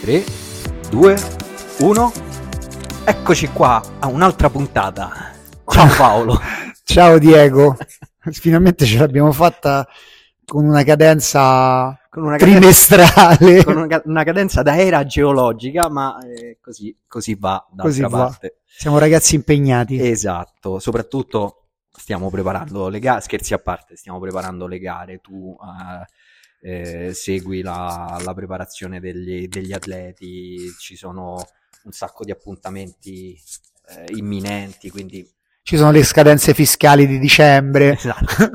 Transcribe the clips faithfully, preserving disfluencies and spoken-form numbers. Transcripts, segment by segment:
tre, due, uno. Eccoci qua a un'altra puntata. Ciao Paolo. Ciao Diego. Finalmente ce l'abbiamo fatta con una cadenza con una trimestrale. Cadenza, con una, una cadenza da era geologica, ma eh, così, così va d'altra così parte. Va. Siamo ragazzi impegnati. Esatto, soprattutto stiamo preparando le gare, scherzi a parte, stiamo preparando le gare, tu uh, eh, segui la, la preparazione degli, degli atleti, ci sono un sacco di appuntamenti eh, imminenti, quindi ci sono le scadenze fiscali di dicembre. Esatto.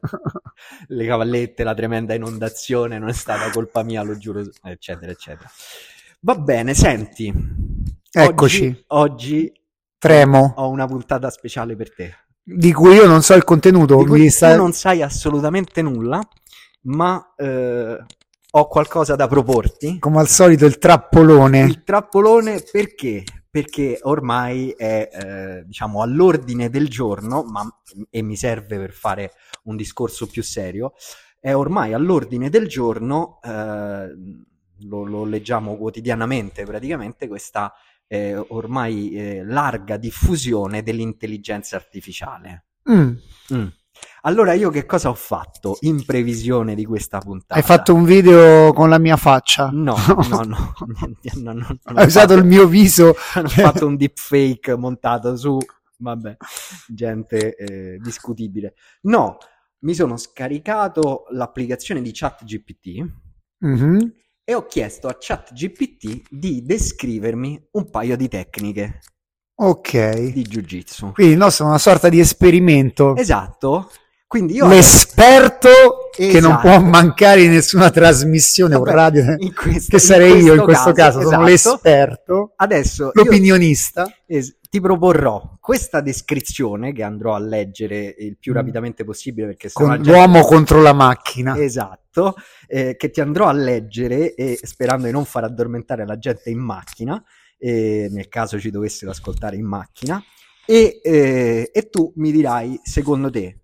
Le cavallette, la tremenda inondazione non è stata colpa mia, lo giuro, eccetera eccetera. Va bene, senti, eccoci oggi, oggi tremo, ho una puntata speciale per te, di cui io non so il contenuto, di cui sta... tu non sai assolutamente nulla, ma eh, ho qualcosa da proporti. Come al solito il trappolone. Il trappolone perché? Perché ormai è eh, diciamo all'ordine del giorno, ma e mi serve per fare un discorso più serio, è ormai all'ordine del giorno, eh, lo, lo leggiamo quotidianamente praticamente, questa eh, ormai eh, larga diffusione dell'intelligenza artificiale. Mm. Mm. Allora io che cosa ho fatto in previsione di questa puntata? Hai fatto un video con la mia faccia? No, no, no. no, no, no Hai usato fatto, il mio viso? Ho fatto un deepfake montato su, vabbè, gente eh, discutibile. No, mi sono scaricato l'applicazione di ChatGPT mm-hmm. e ho chiesto a ChatGPT di descrivermi un paio di tecniche. Ok. Di jiu-jitsu. Quindi il nostro è una sorta di esperimento. Esatto. Quindi io l'esperto adesso... che esatto. non può mancare in nessuna trasmissione o radio, questo, che sarei io in questo caso, caso. Sono esatto. l'esperto, adesso l'opinionista. Io es- ti proporrò questa descrizione che andrò a leggere il più mm. rapidamente possibile, perché Con gente... l'uomo contro la macchina. Esatto, eh, che ti andrò a leggere e sperando di non far addormentare la gente in macchina, eh, nel caso ci dovessero ascoltare in macchina, e, eh, e tu mi dirai, secondo te,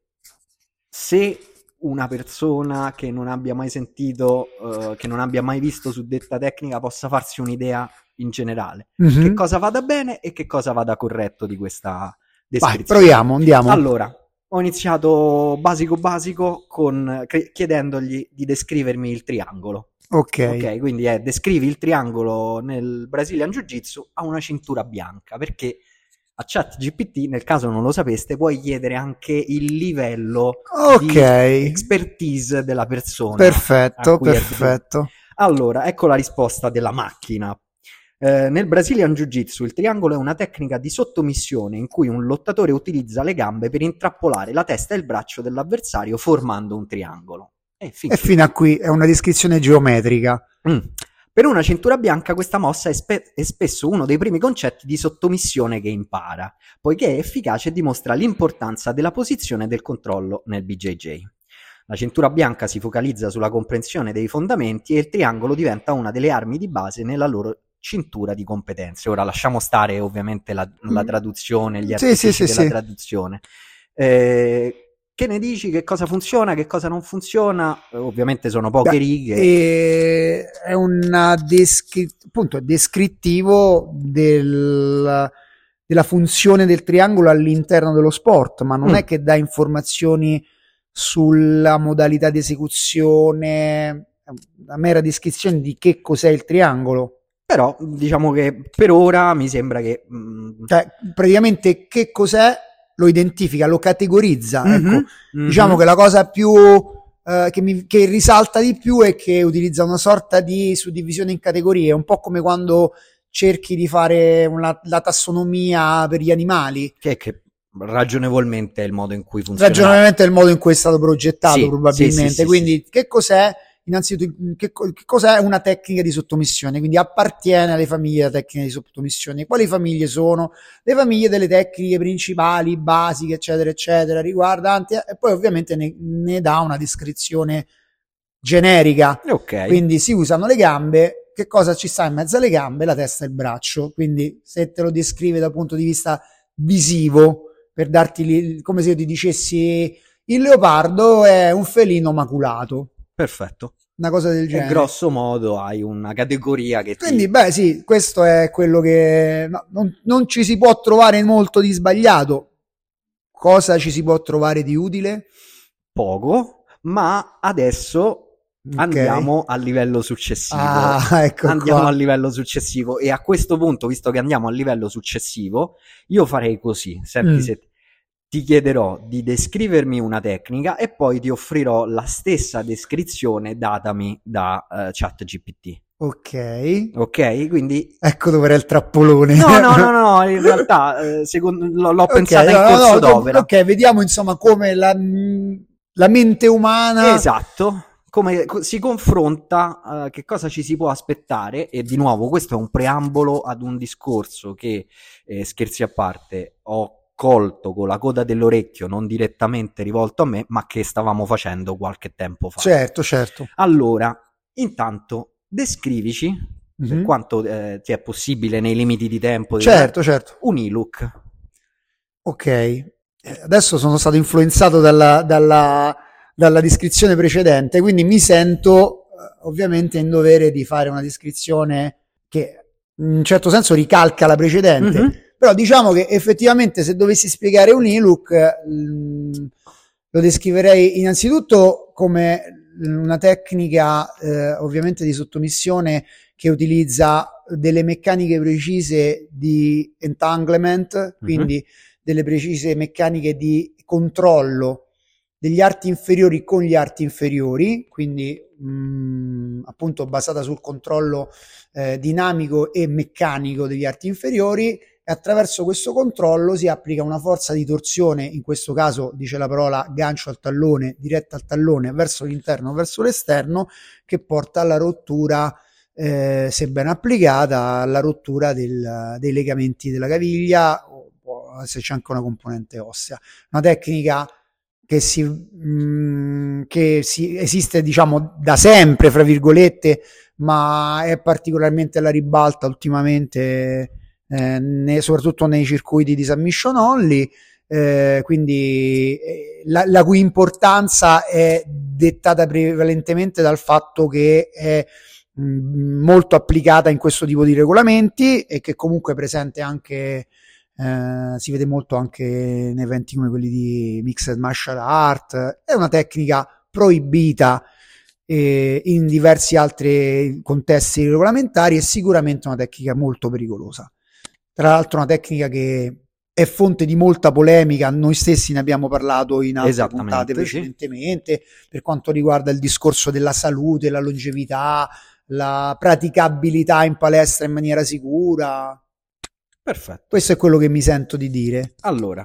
se una persona che non abbia mai sentito, uh, che non abbia mai visto suddetta tecnica possa farsi un'idea in generale, mm-hmm. che cosa vada bene e che cosa vada corretto di questa descrizione. Vai, proviamo, andiamo. Allora, ho iniziato basico basico con chiedendogli di descrivermi il triangolo. Ok. Ok, quindi è descrivi il triangolo nel Brazilian Jiu-Jitsu a una cintura bianca, perché a ChatGPT, nel caso non lo sapeste, puoi chiedere anche il livello okay. di expertise della persona. Perfetto, perfetto. Allora, ecco la risposta della macchina. Eh, nel Brazilian Jiu-Jitsu il triangolo è una tecnica di sottomissione in cui un lottatore utilizza le gambe per intrappolare la testa e il braccio dell'avversario formando un triangolo. E, fin e fino a qui è una descrizione geometrica. Mm. Per una cintura bianca questa mossa è, spe- è spesso uno dei primi concetti di sottomissione che impara, poiché è efficace e dimostra l'importanza della posizione e del controllo nel B J J. La cintura bianca si focalizza sulla comprensione dei fondamenti e il triangolo diventa una delle armi di base nella loro cintura di competenze. Ora lasciamo stare ovviamente la, la traduzione, gli artifici sì, sì, della sì. traduzione. Eh, Che ne dici? Che cosa funziona? Che cosa non funziona? Eh, ovviamente sono poche Beh, righe. E è un descri- appunto, descrittivo del, della funzione del triangolo all'interno dello sport, ma non mm. è che dà informazioni sulla modalità di esecuzione, una mera descrizione di che cos'è il triangolo. Però diciamo che per ora mi sembra che... Mm, cioè, praticamente che cos'è? Lo identifica, lo categorizza. Mm-hmm, ecco. Mm-hmm. Diciamo che la cosa più eh, che, mi, che risalta di più è che utilizza una sorta di suddivisione in categorie, un po' come quando cerchi di fare una, la tassonomia per gli animali. Che, che ragionevolmente è il modo in cui funziona. Ragionevolmente è il modo in cui è stato progettato, sì, probabilmente. Sì, sì, Quindi, sì, sì. che cos'è? Innanzitutto, che, che cos'è una tecnica di sottomissione? Quindi appartiene alle famiglie della tecnica di sottomissione. Quali famiglie sono? Le famiglie delle tecniche principali, basiche, eccetera, eccetera, riguardanti, e poi ovviamente ne, ne dà una descrizione generica. Ok. Quindi si usano le gambe. Che cosa ci sta in mezzo alle gambe? La testa e il braccio. Quindi se te lo descrive dal punto di vista visivo, per darti, come se io ti dicessi il leopardo è un felino maculato. Perfetto. una cosa del E genere. grosso modo hai una categoria che Quindi, ti... beh, sì, questo è quello che no, non, non ci si può trovare molto di sbagliato. Cosa ci si può trovare di utile? Poco, ma adesso Ok. andiamo al livello successivo. Ah, ecco Andiamo qua. al livello successivo e a questo punto, visto che andiamo al livello successivo, io farei così. Senti, Mm. se ti chiederò di descrivermi una tecnica e poi ti offrirò la stessa descrizione datami da uh, ChatGPT. Ok. Ok, quindi Ecco dove era il trappolone. no, no, no, no, in realtà eh, secondo, l'ho, l'ho Ok, pensata no, in no, corso no, d'opera. ok, vediamo insomma come la, la mente umana. Esatto, come co- si confronta, eh, che cosa ci si può aspettare, e di nuovo questo è un preambolo ad un discorso che, eh, scherzi a parte, ho colto con la coda dell'orecchio, non direttamente rivolto a me, ma che stavamo facendo qualche tempo fa. Certo, certo. Allora, intanto descrivici, per Mhm. quanto eh, ti è possibile nei limiti di tempo, di- Certo, certo. un e-look. Ok, Eh, adesso sono stato influenzato dalla, dalla, dalla descrizione precedente, quindi mi sento eh, ovviamente in dovere di fare una descrizione che in un certo senso ricalca la precedente, Mhm. però diciamo che effettivamente se dovessi spiegare un e-look mh, lo descriverei innanzitutto come una tecnica eh, ovviamente di sottomissione che utilizza delle meccaniche precise di entanglement, quindi delle precise meccaniche di controllo degli arti inferiori con gli arti inferiori, quindi mh, appunto basata sul controllo eh, dinamico e meccanico degli arti inferiori, e attraverso questo controllo si applica una forza di torsione, in questo caso dice la parola gancio al tallone, diretta al tallone verso l'interno, verso l'esterno, che porta alla rottura, eh, se ben applicata, alla rottura del, dei legamenti della caviglia, se c'è anche una componente ossea. Una tecnica che si, mh, che si esiste diciamo da sempre, fra virgolette, ma è particolarmente alla ribalta ultimamente, eh, ne, soprattutto nei circuiti di submission only, eh, quindi eh, la, la cui importanza è dettata prevalentemente dal fatto che è mh, molto applicata in questo tipo di regolamenti e che comunque è presente anche Eh, si vede molto anche in eventi come quelli di Mixed Martial Art. È una tecnica proibita eh, in diversi altri contesti regolamentari, e sicuramente una tecnica molto pericolosa. Tra l'altro una tecnica che è fonte di molta polemica, noi stessi ne abbiamo parlato in altre puntate precedentemente, sì, per quanto riguarda il discorso della salute, la longevità, la praticabilità in palestra in maniera sicura. Perfetto. Questo è quello che mi sento di dire. Allora,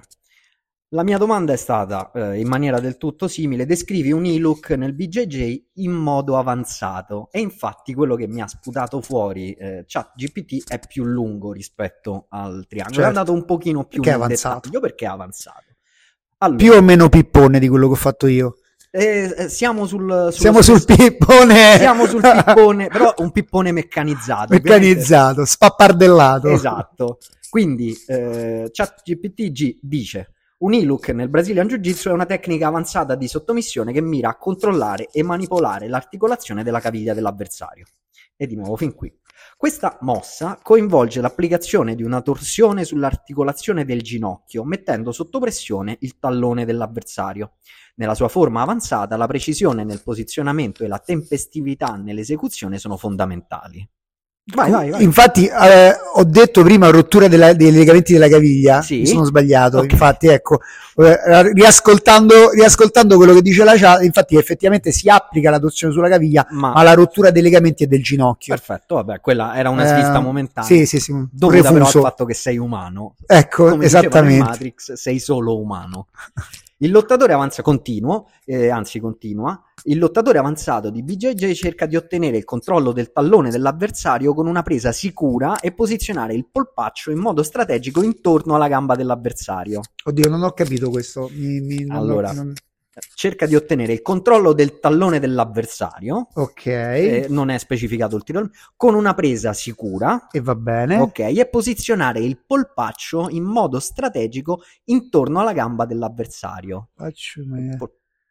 la mia domanda è stata, eh, in maniera del tutto simile, descrivi un e-look nel B J J in modo avanzato, e infatti quello che mi ha sputato fuori eh, ChatGPT è più lungo rispetto al triangolo, certo. È andato un pochino più perché nel avanzato. dettaglio perché è avanzato. Allora, più o meno pippone di quello che ho fatto io. Eh, eh, siamo sul siamo sul pippone siamo sul pippone, però un pippone meccanizzato meccanizzato, ovviamente. Spappardellato. Esatto. Quindi eh, ChatGPT G dice: un e-look nel Brazilian Jiu-Jitsu è una tecnica avanzata di sottomissione che mira a controllare e manipolare l'articolazione della caviglia dell'avversario. E di nuovo fin qui. Questa mossa coinvolge l'applicazione di una torsione sull'articolazione del ginocchio, mettendo sotto pressione il tallone dell'avversario. Nella sua forma avanzata, la precisione nel posizionamento e la tempestività nell'esecuzione sono fondamentali. Vai, vai, vai. Infatti eh, ho detto prima rottura della, dei legamenti della caviglia, sì? Mi sono sbagliato, okay. Infatti ecco, eh, riascoltando, riascoltando quello che dice la chat, infatti effettivamente si applica la torsione sulla caviglia, ma, ma la rottura dei legamenti è del ginocchio. Perfetto, vabbè, quella era una svista eh, momentanea, sì, sì, sì, dovuta però al fatto che sei umano. Ecco, come esattamente. In Matrix sei solo umano. Il lottatore avanza continuo, eh, anzi continua, il lottatore avanzato di B J J cerca di ottenere il controllo del tallone dell'avversario con una presa sicura e posizionare il polpaccio in modo strategico intorno alla gamba dell'avversario. Oddio, non ho capito questo. Mi, mi, allora, non... cerca di ottenere il controllo del tallone dell'avversario, ok, eh, non è specificato ulteriormente, con una presa sicura, e va bene, ok, e posizionare il polpaccio in modo strategico intorno alla gamba dell'avversario. Pol-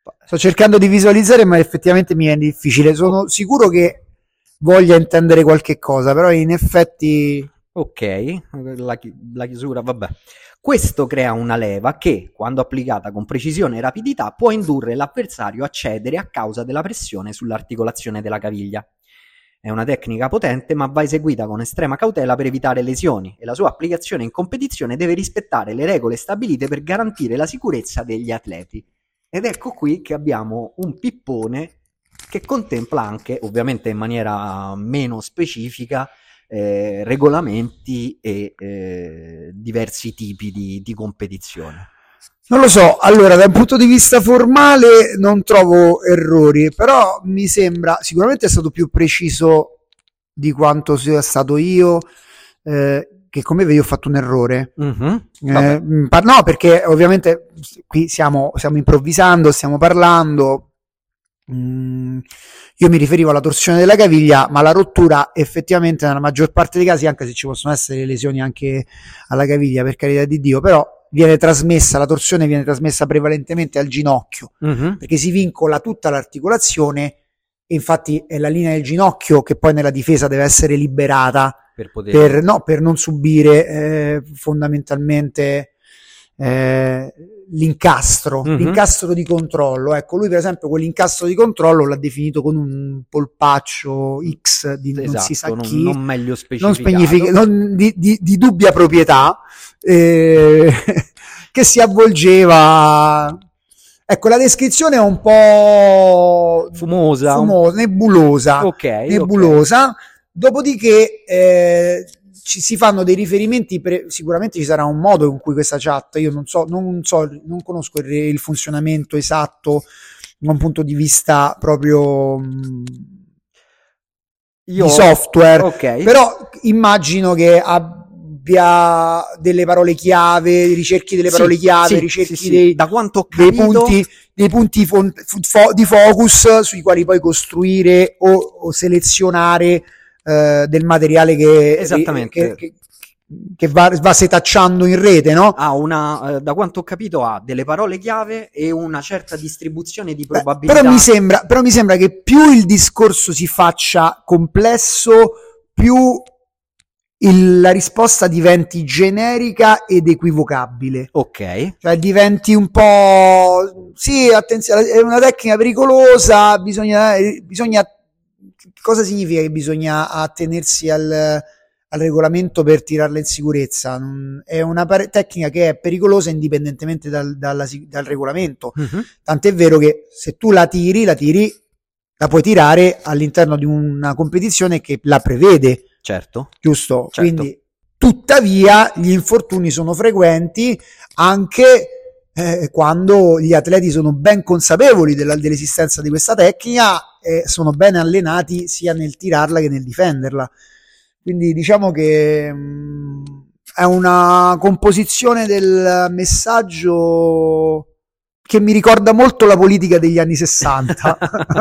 Sto cercando di visualizzare, ma effettivamente mi è difficile. Sono sicuro che voglia intendere qualche cosa, però in effetti... Ok, la, chi- la chiusura, vabbè. Questo crea una leva che, quando applicata con precisione e rapidità, può indurre l'avversario a cedere a causa della pressione sull'articolazione della caviglia. È una tecnica potente, ma va eseguita con estrema cautela per evitare lesioni, e la sua applicazione in competizione deve rispettare le regole stabilite per garantire la sicurezza degli atleti. Ed ecco qui che abbiamo un pippone che contempla anche, ovviamente in maniera meno specifica, eh, regolamenti e eh, diversi tipi di, di competizione. Non lo so, allora da un punto di vista formale non trovo errori, però mi sembra, sicuramente è stato più preciso di quanto sia stato io, eh, che come vedi ho fatto un errore. Mm-hmm. Eh, no, perché ovviamente qui siamo, stiamo improvvisando, stiamo parlando. Mm, io mi riferivo alla torsione della caviglia, ma la rottura effettivamente nella maggior parte dei casi, anche se ci possono essere lesioni anche alla caviglia, per carità di Dio, però viene trasmessa, la torsione viene trasmessa prevalentemente al ginocchio, mm-hmm. perché si vincola tutta l'articolazione e infatti è la linea del ginocchio che poi nella difesa deve essere liberata per, poter... per, no, per non subire eh, fondamentalmente eh, l'incastro, mm-hmm. l'incastro di controllo. Ecco, lui per esempio quell'incastro di controllo l'ha definito con un polpaccio X di esatto, non si sa chi, non, non meglio specificato, non specific- non, di, di, di dubbia proprietà, eh, che si avvolgeva. Ecco, la descrizione è un po' fumosa, fumosa nebulosa, okay, nebulosa. Okay. Dopodiché eh, ci si fanno dei riferimenti, pre- sicuramente ci sarà un modo con cui questa chat, io non so, non so, non conosco il, il funzionamento esatto da un punto di vista proprio mh, io, di software, okay. Però immagino che abbia delle parole chiave, ricerchi delle parole sì, chiave, sì, ricerchi sì, dei, sì. Da quanto ho capito... dei punti, dei punti fo- fo- di focus sui quali poi costruire o, o selezionare Uh, del materiale che, esattamente. che, che, che va, va setacciando in rete, no? Ha una, uh, da quanto ho capito, ha delle parole chiave e una certa distribuzione di probabilità. Beh, però mi sembra, però mi sembra che più il discorso si faccia complesso, più il, la risposta diventi generica ed equivocabile. Ok. Cioè diventi un po'... Sì, attenzione, è una tecnica pericolosa, bisogna... bisogna cosa significa che bisogna attenersi al, al regolamento per tirarla in sicurezza? È una par- tecnica che è pericolosa indipendentemente dal, dalla, dal regolamento. Uh-huh. Tant'è vero che se tu la tiri, la tiri, la puoi tirare all'interno di una competizione che la prevede. Certo. Giusto? Certo. Quindi, tuttavia, gli infortuni sono frequenti anche Eh, quando gli atleti sono ben consapevoli della, dell'esistenza di questa tecnica e sono ben allenati sia nel tirarla che nel difenderla. Quindi diciamo che mh, è una composizione del messaggio che mi ricorda molto la politica degli anni sessanta.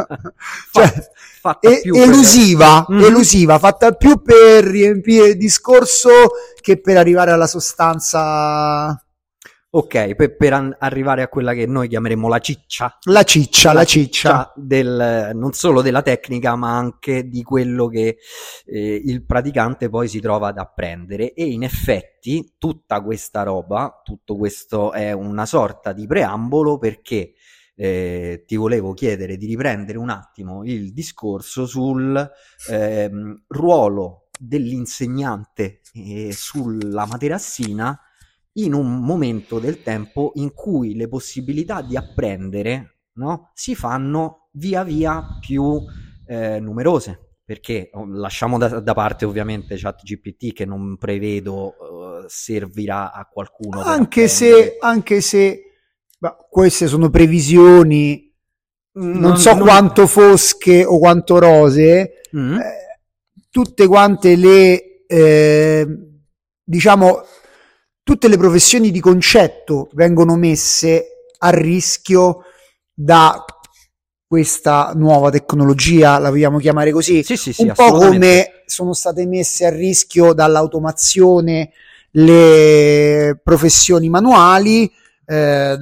Cioè, fatta e, più elusiva, per... elusiva, fatta più per riempire il discorso che per arrivare alla sostanza. Ok, per, per an- arrivare a quella che noi chiameremo la ciccia. La ciccia, la, la ciccia. ciccia del, non solo della tecnica, ma anche di quello che eh, il praticante poi si trova ad apprendere. E in effetti tutta questa roba, tutto questo è una sorta di preambolo, perché eh, ti volevo chiedere di riprendere un attimo il discorso sul eh, ruolo dell'insegnante eh, sulla materassina in un momento del tempo in cui le possibilità di apprendere, no, si fanno via via più eh, numerose, perché lasciamo da, da parte ovviamente ChatGPT, che non prevedo uh, servirà a qualcuno, anche se anche se beh, queste sono previsioni non, non so non... quanto fosche o quanto rose, mm-hmm. eh, tutte quante le eh, diciamo tutte le professioni di concetto vengono messe a rischio da questa nuova tecnologia, la vogliamo chiamare così, sì, sì, sì, un po' come sono state messe a rischio dall'automazione le professioni manuali, eh,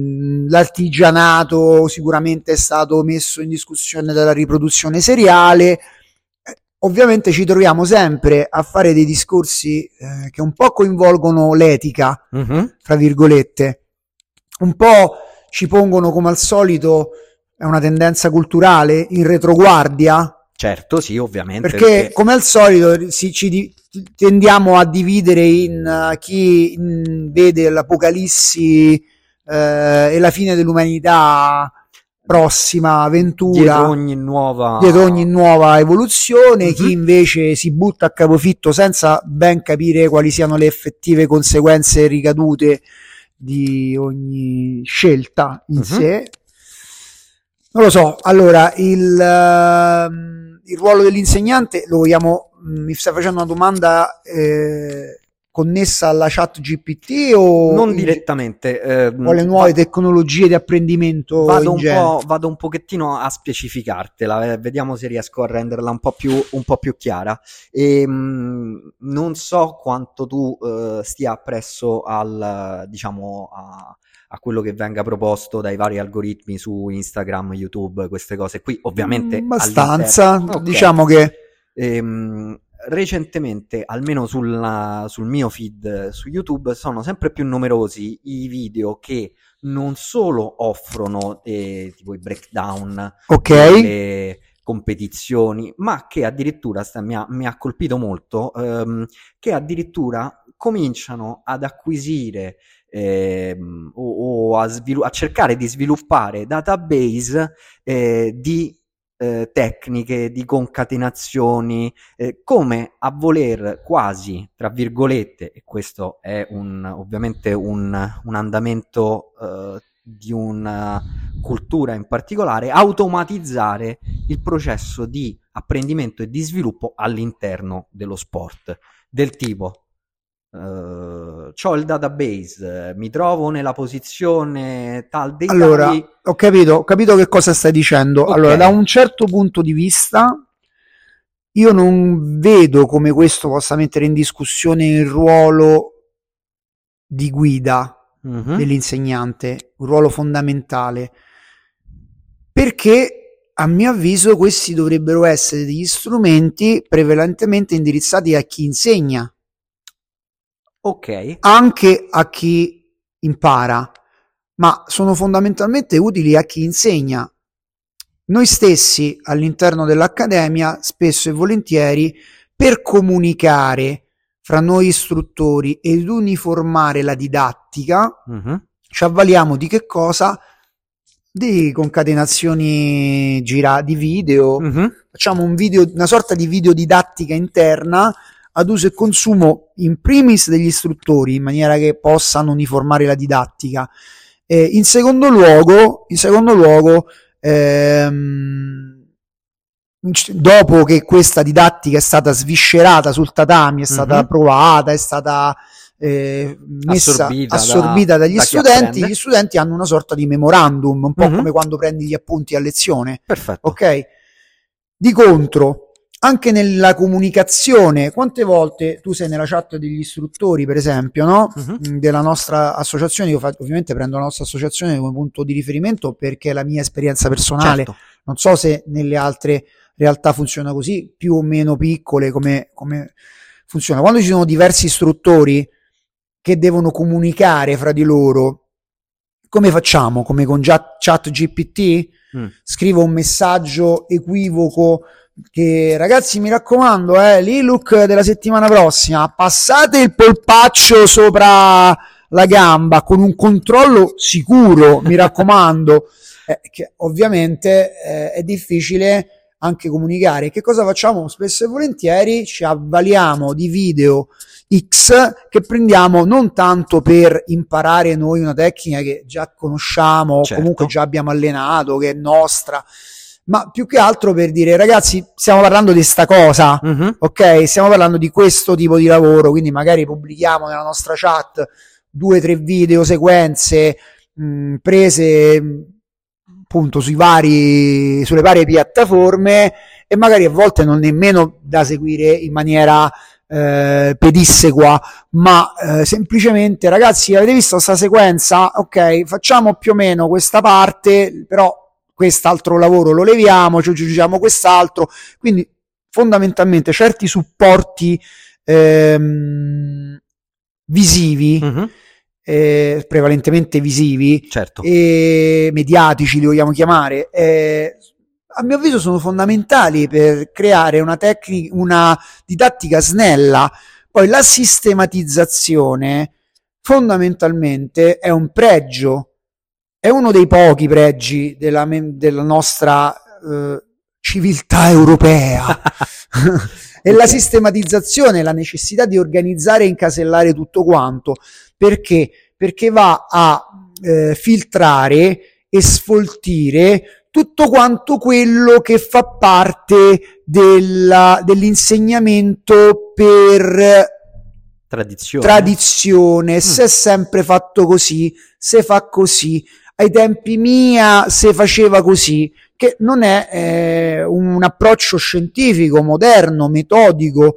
l'artigianato sicuramente è stato messo in discussione dalla riproduzione seriale. Ovviamente ci troviamo sempre a fare dei discorsi eh, che un po' coinvolgono l'etica, mm-hmm. tra virgolette, un po' ci pongono, come al solito, è una tendenza culturale, in retroguardia. Certo, sì, ovviamente. Perché, perché... come al solito si, ci di, tendiamo a dividere in uh, chi in, vede l'apocalissi eh, e la fine dell'umanità prossima avventura, dietro ogni nuova, dietro ogni nuova evoluzione, mm-hmm. chi invece si butta a capofitto senza ben capire quali siano le effettive conseguenze e ricadute di ogni scelta in mm-hmm. sé. Non lo so. Allora, il, uh, il ruolo dell'insegnante lo vogliamo, mi stai facendo una domanda eh, connessa alla chat G P T o non direttamente eh, o le nuove va, tecnologie di apprendimento? Vado in un po', vado un pochettino a specificartela, eh, vediamo se riesco a renderla un po' più, un po' più chiara. E, mh, non so quanto tu uh, stia appresso al, diciamo, a, a quello che venga proposto dai vari algoritmi su Instagram, YouTube, queste cose qui, ovviamente abbastanza, okay. Diciamo che ehm, recentemente, almeno sulla, sul mio feed su YouTube, sono sempre più numerosi i video che non solo offrono eh, tipo i breakdown, okay. delle competizioni, ma che addirittura sta, mi, ha, mi ha colpito molto, ehm, che addirittura cominciano ad acquisire eh, o, o a, svilu- a cercare di sviluppare database eh, di Eh, tecniche di concatenazioni, eh, come a voler quasi, tra virgolette, e questo è un, ovviamente un, un andamento eh, di una cultura in particolare, automatizzare il processo di apprendimento e di sviluppo all'interno dello sport, del tipo Uh, c'ho il database, mi trovo nella posizione tal dei allora tali... ho capito, ho capito che cosa stai dicendo. Okay. Allora, da un certo punto di vista io non vedo come questo possa mettere in discussione il ruolo di guida mm-hmm. dell'insegnante, un ruolo fondamentale, perché a mio avviso questi dovrebbero essere degli strumenti prevalentemente indirizzati a chi insegna, ok, anche a chi impara, ma sono fondamentalmente utili a chi insegna. Noi stessi all'interno dell'accademia, spesso e volentieri, per comunicare fra noi istruttori ed uniformare la didattica, uh-huh. ci avvaliamo di che cosa? Di concatenazioni gira di video, uh-huh. facciamo un video, una sorta di videodidattica interna ad uso e consumo in primis degli istruttori, in maniera che possano uniformare la didattica. Eh, in secondo luogo, in secondo luogo ehm, dopo che questa didattica è stata sviscerata sul tatami, è stata mm-hmm. provata, è stata eh, messa, assorbita, assorbita da, dagli da studenti, gli studenti hanno una sorta di memorandum, un po' mm-hmm. come quando prendi gli appunti a lezione. Perfetto. Ok? Di contro, anche nella comunicazione, quante volte tu sei nella chat degli istruttori, per esempio, no? Uh-huh. Della nostra associazione, io fa, ovviamente prendo la nostra associazione come punto di riferimento perché è la mia esperienza personale, certo. Non so se nelle altre realtà funziona così, più o meno piccole, come, come funziona. Quando ci sono diversi istruttori che devono comunicare fra di loro, come facciamo? Come con chat G P T? Mm. Scrivo un messaggio equivoco che ragazzi mi raccomando, eh, l'E L U C della settimana prossima passate il polpaccio sopra la gamba con un controllo sicuro, mi raccomando. eh, che ovviamente eh, è difficile anche comunicare. Che cosa facciamo? Spesso e volentieri ci avvaliamo di video X che prendiamo non tanto per imparare noi una tecnica che già conosciamo, certo. o comunque già abbiamo allenato, che è nostra, ma più che altro per dire ragazzi stiamo parlando di sta cosa, uh-huh. ok? Stiamo parlando di questo tipo di lavoro, quindi magari pubblichiamo nella nostra chat due o tre video sequenze mh, prese appunto sui vari, sulle varie piattaforme e magari a volte non nemmeno da seguire in maniera eh, pedissequa, ma eh, semplicemente, ragazzi, avete visto questa sequenza? Ok, facciamo più o meno questa parte, però quest'altro lavoro lo leviamo, ci aggiungiamo quest'altro. Quindi fondamentalmente certi supporti ehm, visivi, mm-hmm. eh, prevalentemente visivi, certo. e mediatici li vogliamo chiamare, eh, a mio avviso sono fondamentali per creare una tecnica, una didattica snella. Poi la sistematizzazione fondamentalmente è un pregio, è uno dei pochi pregi della, della nostra eh, civiltà europea. E okay. La sistematizzazione, la necessità di organizzare e incasellare tutto quanto. Perché? Perché va a eh, filtrare e sfoltire tutto quanto quello che fa parte della, dell'insegnamento per tradizione. tradizione. Mm. Se è sempre fatto così, se fa così, ai tempi mia se faceva così, che non è eh, un approccio scientifico, moderno, metodico,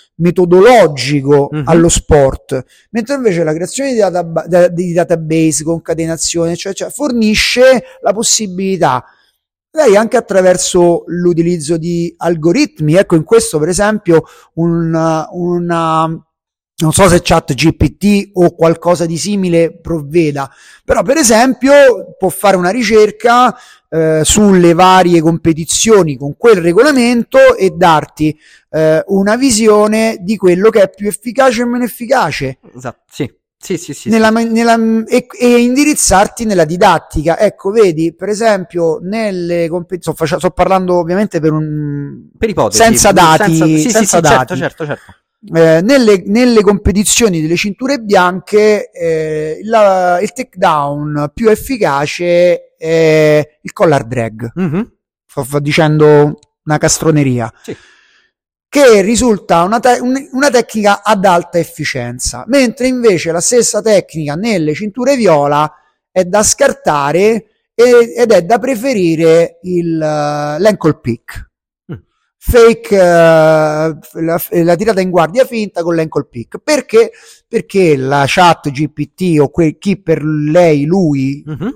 metodologico mm-hmm. allo sport, mentre invece la creazione di, data, di database, concatenazione, cioè, cioè fornisce la possibilità, lei anche attraverso l'utilizzo di algoritmi. Ecco, in questo per esempio una, una non so se ChatGPT o qualcosa di simile provveda, però per esempio può fare una ricerca eh, sulle varie competizioni con quel regolamento e darti eh, una visione di quello che è più efficace e meno efficace. Esatto, sì. Sì, sì, sì, nella, sì. Nella, e, e indirizzarti nella didattica. Ecco, vedi, per esempio nelle competizioni, sto, sto parlando ovviamente per un per ipotesi, senza dati, senza, sì, senza sì, sì, dati. certo, certo, certo. Eh, nelle, nelle competizioni delle cinture bianche eh, la, il takedown più efficace è il collar drag. Mm-hmm. Sto, sto dicendo una castroneria. Sì. Che risulta una, te- una tecnica ad alta efficienza, mentre invece la stessa tecnica nelle cinture viola è da scartare e- ed è da preferire il, uh, l'ankle pick. Fake, uh, la, la tirata in guardia finta con l'ankle pick. Perché? Perché la chat G P T o que- chi per lei, lui, mm-hmm.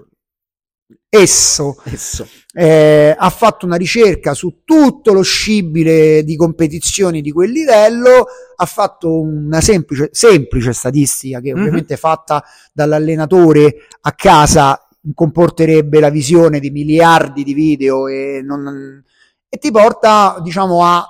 esso, esso. Eh, ha fatto una ricerca su tutto lo scibile di competizioni di quel livello, ha fatto una semplice, semplice statistica che mm-hmm. ovviamente fatta dall'allenatore a casa comporterebbe la visione di miliardi di video e non... e ti porta, diciamo, a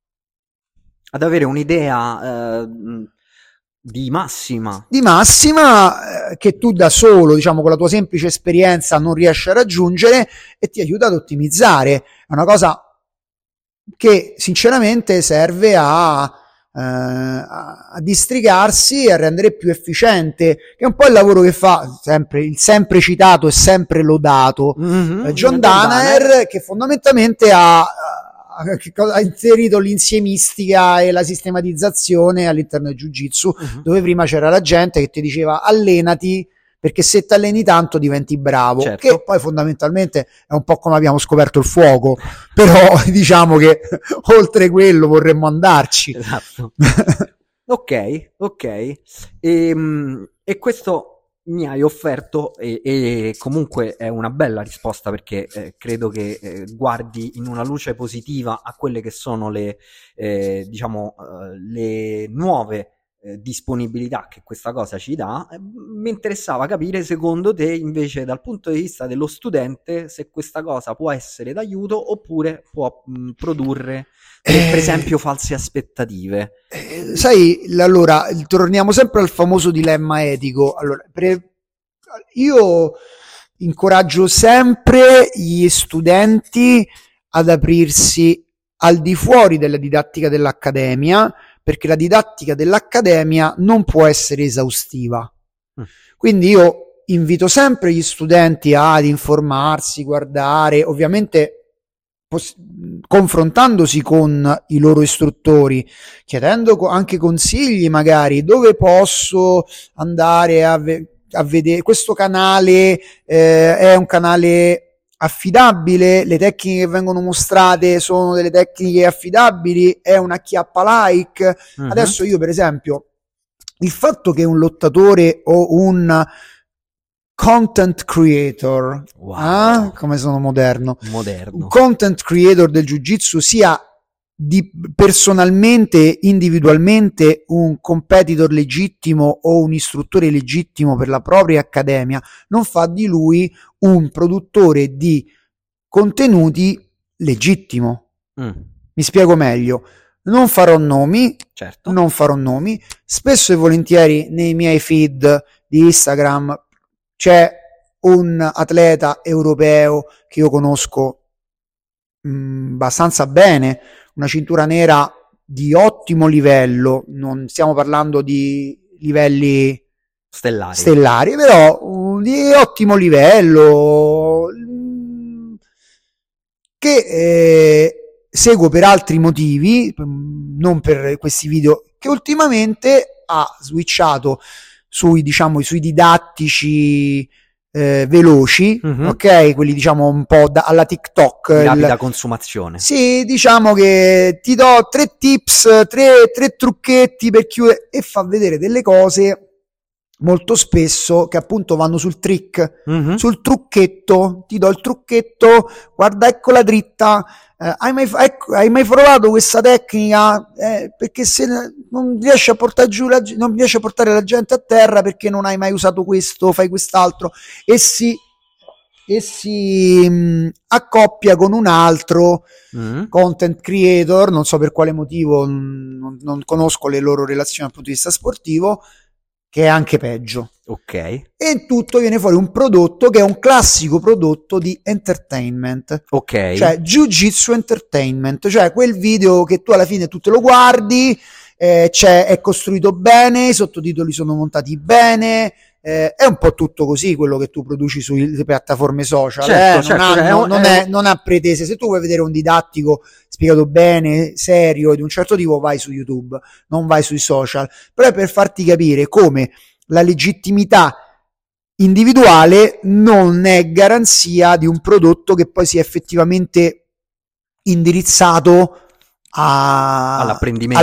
ad avere un'idea eh, di massima di massima eh, che tu da solo, diciamo, con la tua semplice esperienza non riesci a raggiungere, e ti aiuta ad ottimizzare. È una cosa che sinceramente serve a, eh, a districarsi e a rendere più efficiente, che è un po' il lavoro che fa sempre il sempre citato e sempre lodato mm-hmm, eh, John Danaher, che fondamentalmente ha, ha inserito l'insiemistica e la sistematizzazione all'interno del jiu-jitsu, uh-huh. dove prima c'era la gente che ti diceva allenati, perché se ti alleni tanto diventi bravo, certo. che poi fondamentalmente è un po' come abbiamo scoperto il fuoco, però diciamo che oltre quello vorremmo andarci. Esatto. ok, ok. E, e questo mi hai offerto e, e comunque è una bella risposta, perché eh, credo che eh, guardi in una luce positiva a quelle che sono le eh, diciamo eh, le nuove eh, disponibilità che questa cosa ci dà. Eh, mi interessava capire secondo te invece dal punto di vista dello studente se questa cosa può essere d'aiuto oppure può mh, produrre eh, per esempio false aspettative. Eh, sai, allora torniamo sempre al famoso dilemma etico. Allora, pre- io incoraggio sempre gli studenti ad aprirsi al di fuori della didattica dell'accademia, perché la didattica dell'accademia non può essere esaustiva. Mm. Quindi io invito sempre gli studenti ad informarsi, guardare, ovviamente Poss- confrontandosi con i loro istruttori, chiedendo co- anche consigli, magari dove posso andare a, ve- a vedere questo canale, eh, è un canale affidabile, le tecniche che vengono mostrate sono delle tecniche affidabili, è una chiappa like. Uh-huh. Adesso io per esempio, il fatto che un lottatore o un content creator, wow. eh? come sono moderno, moderno, un content creator del jiu-jitsu sia di personalmente, individualmente un competitor legittimo o un istruttore legittimo per la propria accademia, non fa di lui un produttore di contenuti legittimo. Mm. Mi spiego meglio. Non farò nomi, certo. non farò nomi. Spesso e volentieri nei miei feed di Instagram c'è un atleta europeo che io conosco mh, abbastanza bene, una cintura nera di ottimo livello, non stiamo parlando di livelli stellari, stellari però uh, di ottimo livello, mh, che eh, seguo per altri motivi, non per questi video, che ultimamente ha switchato sui, diciamo, sui didattici eh, veloci, uh-huh. ok? Quelli diciamo un po' da, alla TikTok. Di rapida il, consumazione. Sì, diciamo che ti do tre tips, tre, tre trucchetti per chiudere, e fa vedere delle cose molto spesso che appunto vanno sul trick, uh-huh. sul trucchetto. Ti do il trucchetto, guarda, ecco la dritta. Eh, hai, mai, ecco, hai mai provato questa tecnica? Eh, perché se non riesci a portare giù la, non riesci a portare la gente a terra perché non hai mai usato questo, fai quest'altro, e si, e si mh, accoppia con un altro mm. content creator, non so per quale motivo, non, non conosco le loro relazioni dal punto di vista sportivo, che è anche peggio. Ok. E in tutto viene fuori un prodotto che è un classico prodotto di entertainment. Ok. Cioè Jiu-Jitsu entertainment, cioè quel video che tu alla fine tu te lo guardi, eh, c'è, è costruito bene, i sottotitoli sono montati bene, eh, è un po' tutto così quello che tu produci sulle piattaforme social. Certo, eh? certo, non, cioè, ha, non, è, è, non ha pretese. Se tu vuoi vedere un didattico spiegato bene, serio, di un certo tipo, vai su YouTube, non vai sui social. Però è per farti capire come la legittimità individuale non è garanzia di un prodotto che poi sia effettivamente indirizzato a, all'apprendimento,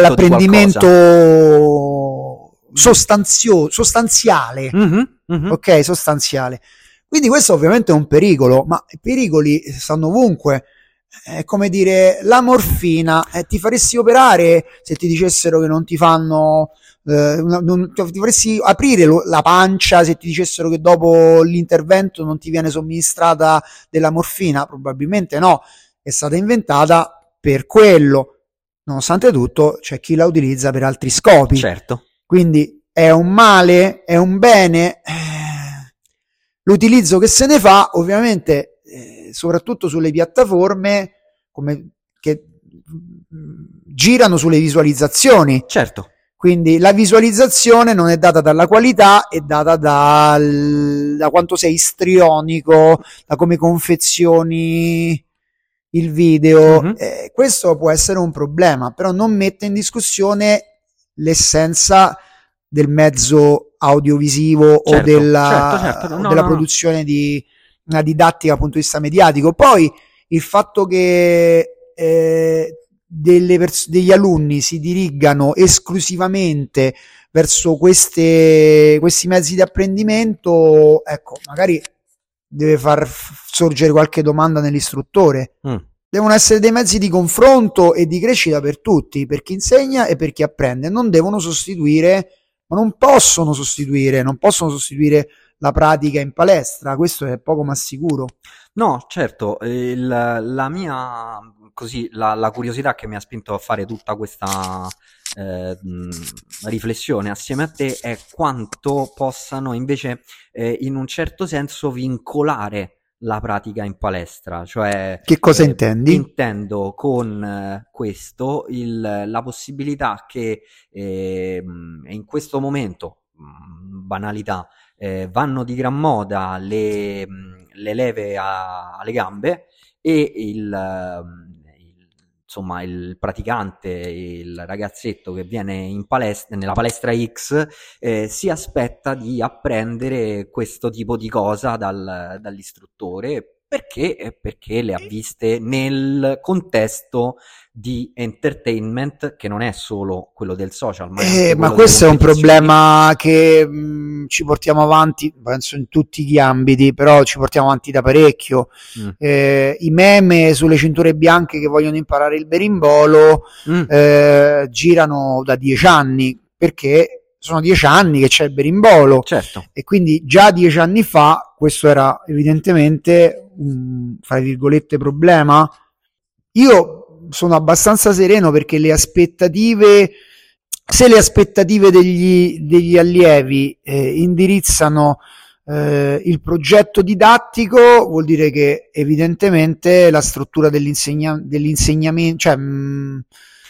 all'apprendimento sostanzio, sostanziale, mm-hmm, mm-hmm. ok, sostanziale. Quindi questo ovviamente è un pericolo, ma i pericoli stanno ovunque. È come dire, la morfina, eh, ti faresti operare se ti dicessero che non ti fanno eh, non, ti faresti aprire lo, la pancia se ti dicessero che dopo l'intervento non ti viene somministrata della morfina? Probabilmente no, è stata inventata per quello. Nonostante tutto c'è chi la utilizza per altri scopi. Certo. Quindi è un male, è un bene, eh, l'utilizzo che se ne fa ovviamente eh, soprattutto sulle piattaforme come che girano sulle visualizzazioni. Certo. Quindi la visualizzazione non è data dalla qualità, è data dal, da quanto sei istrionico, da come confezioni il video. Mm-hmm. Eh, questo può essere un problema, però non mette in discussione l'essenza del mezzo audiovisivo, certo, o della, certo, certo. No, o della no, produzione no. di una didattica dal punto di vista mediatico. Poi il fatto che eh, delle pers- degli alunni si dirigano esclusivamente verso queste, questi mezzi di apprendimento, ecco, magari deve far sorgere qualche domanda nell'istruttore. Mm. Devono essere dei mezzi di confronto e di crescita per tutti, per chi insegna e per chi apprende. Non devono sostituire, ma non possono sostituire, non possono sostituire la pratica in palestra. Questo è poco ma sicuro. No, certo, il, la mia così la, la curiosità che mi ha spinto a fare tutta questa eh, riflessione assieme a te è quanto possano invece eh, in un certo senso vincolare la pratica in palestra. Cioè, che cosa eh, intendi? Intendo con eh, questo il, la possibilità che eh, in questo momento, banalità, eh, vanno di gran moda le, le leve a, alle gambe, e il, il insomma il praticante, il ragazzetto che viene in palestra, nella palestra X, eh, si aspetta di apprendere questo tipo di cosa dal, dall'istruttore, perché, perché le ha viste nel contesto di entertainment che non è solo quello del social, ma, eh, ma quello questo è un problema che mh, ci portiamo avanti, penso in tutti gli ambiti, però ci portiamo avanti da parecchio. Mm. Eh, i meme sulle cinture bianche che vogliono imparare il berimbolo mm. eh, girano da dieci anni, perché sono dieci anni che c'è il berimbolo, certo. E quindi già dieci anni fa questo era evidentemente un, fra virgolette, problema. Io sono abbastanza sereno perché le aspettative, se le aspettative degli, degli allievi eh, indirizzano eh, il progetto didattico, vuol dire che evidentemente la struttura dell'insegna, dell'insegnamento, cioè mh,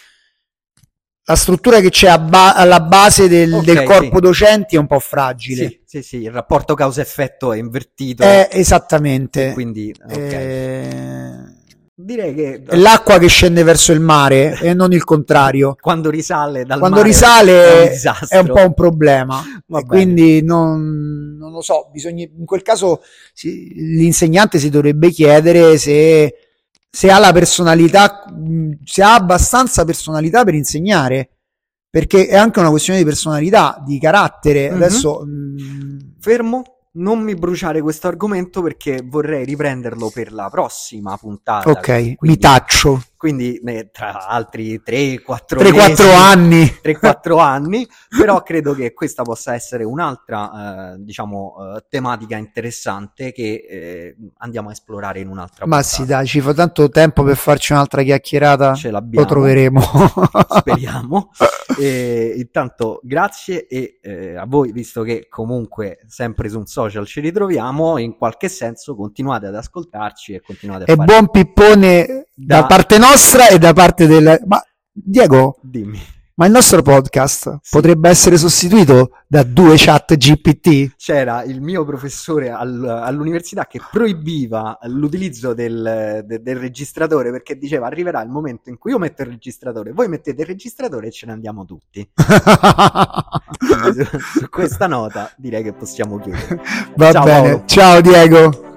la struttura che c'è ba- alla base del, okay, del corpo sì. docenti è un po' fragile. Sì, sì, sì, il rapporto causa-effetto è invertito. Eh, esattamente. Quindi, okay. eh... Direi che è l'acqua che scende verso il mare e non il contrario. Quando risale dal Quando mare risale è un, è un po' un problema. E quindi non, non lo so, bisogna, in quel caso si, l'insegnante si dovrebbe chiedere se, se ha la personalità, se ha abbastanza personalità per insegnare, perché è anche una questione di personalità, di carattere. Mm-hmm. Adesso mh... fermo. Non mi bruciare questo argomento perché vorrei riprenderlo per la prossima puntata. Ok, quindi, mi taccio. Quindi eh, tra altri tre quattro anni. tre quattro anni, però credo che questa possa essere un'altra, eh, diciamo, eh, tematica interessante che eh, andiamo a esplorare in un'altra Ma puntata. sì, dai, ci fa tanto tempo per farci un'altra chiacchierata. Ce l'abbiamo. Lo troveremo. Speriamo. E, intanto grazie e eh, a voi, visto che comunque sempre su un social ci ritroviamo, in qualche senso continuate ad ascoltarci e continuate a e fare... buon pippone da... da parte nostra e da parte del... Ma Diego, dimmi. Ma il nostro podcast sì. potrebbe essere sostituito da due chat G P T? C'era il mio professore al, all'università che proibiva l'utilizzo del, de, del registratore, perché diceva: arriverà il momento in cui io metto il registratore, voi mettete il registratore e ce ne andiamo tutti. su, su questa nota direi che possiamo chiudere. Va Ciao, bene, Paolo. Ciao Diego.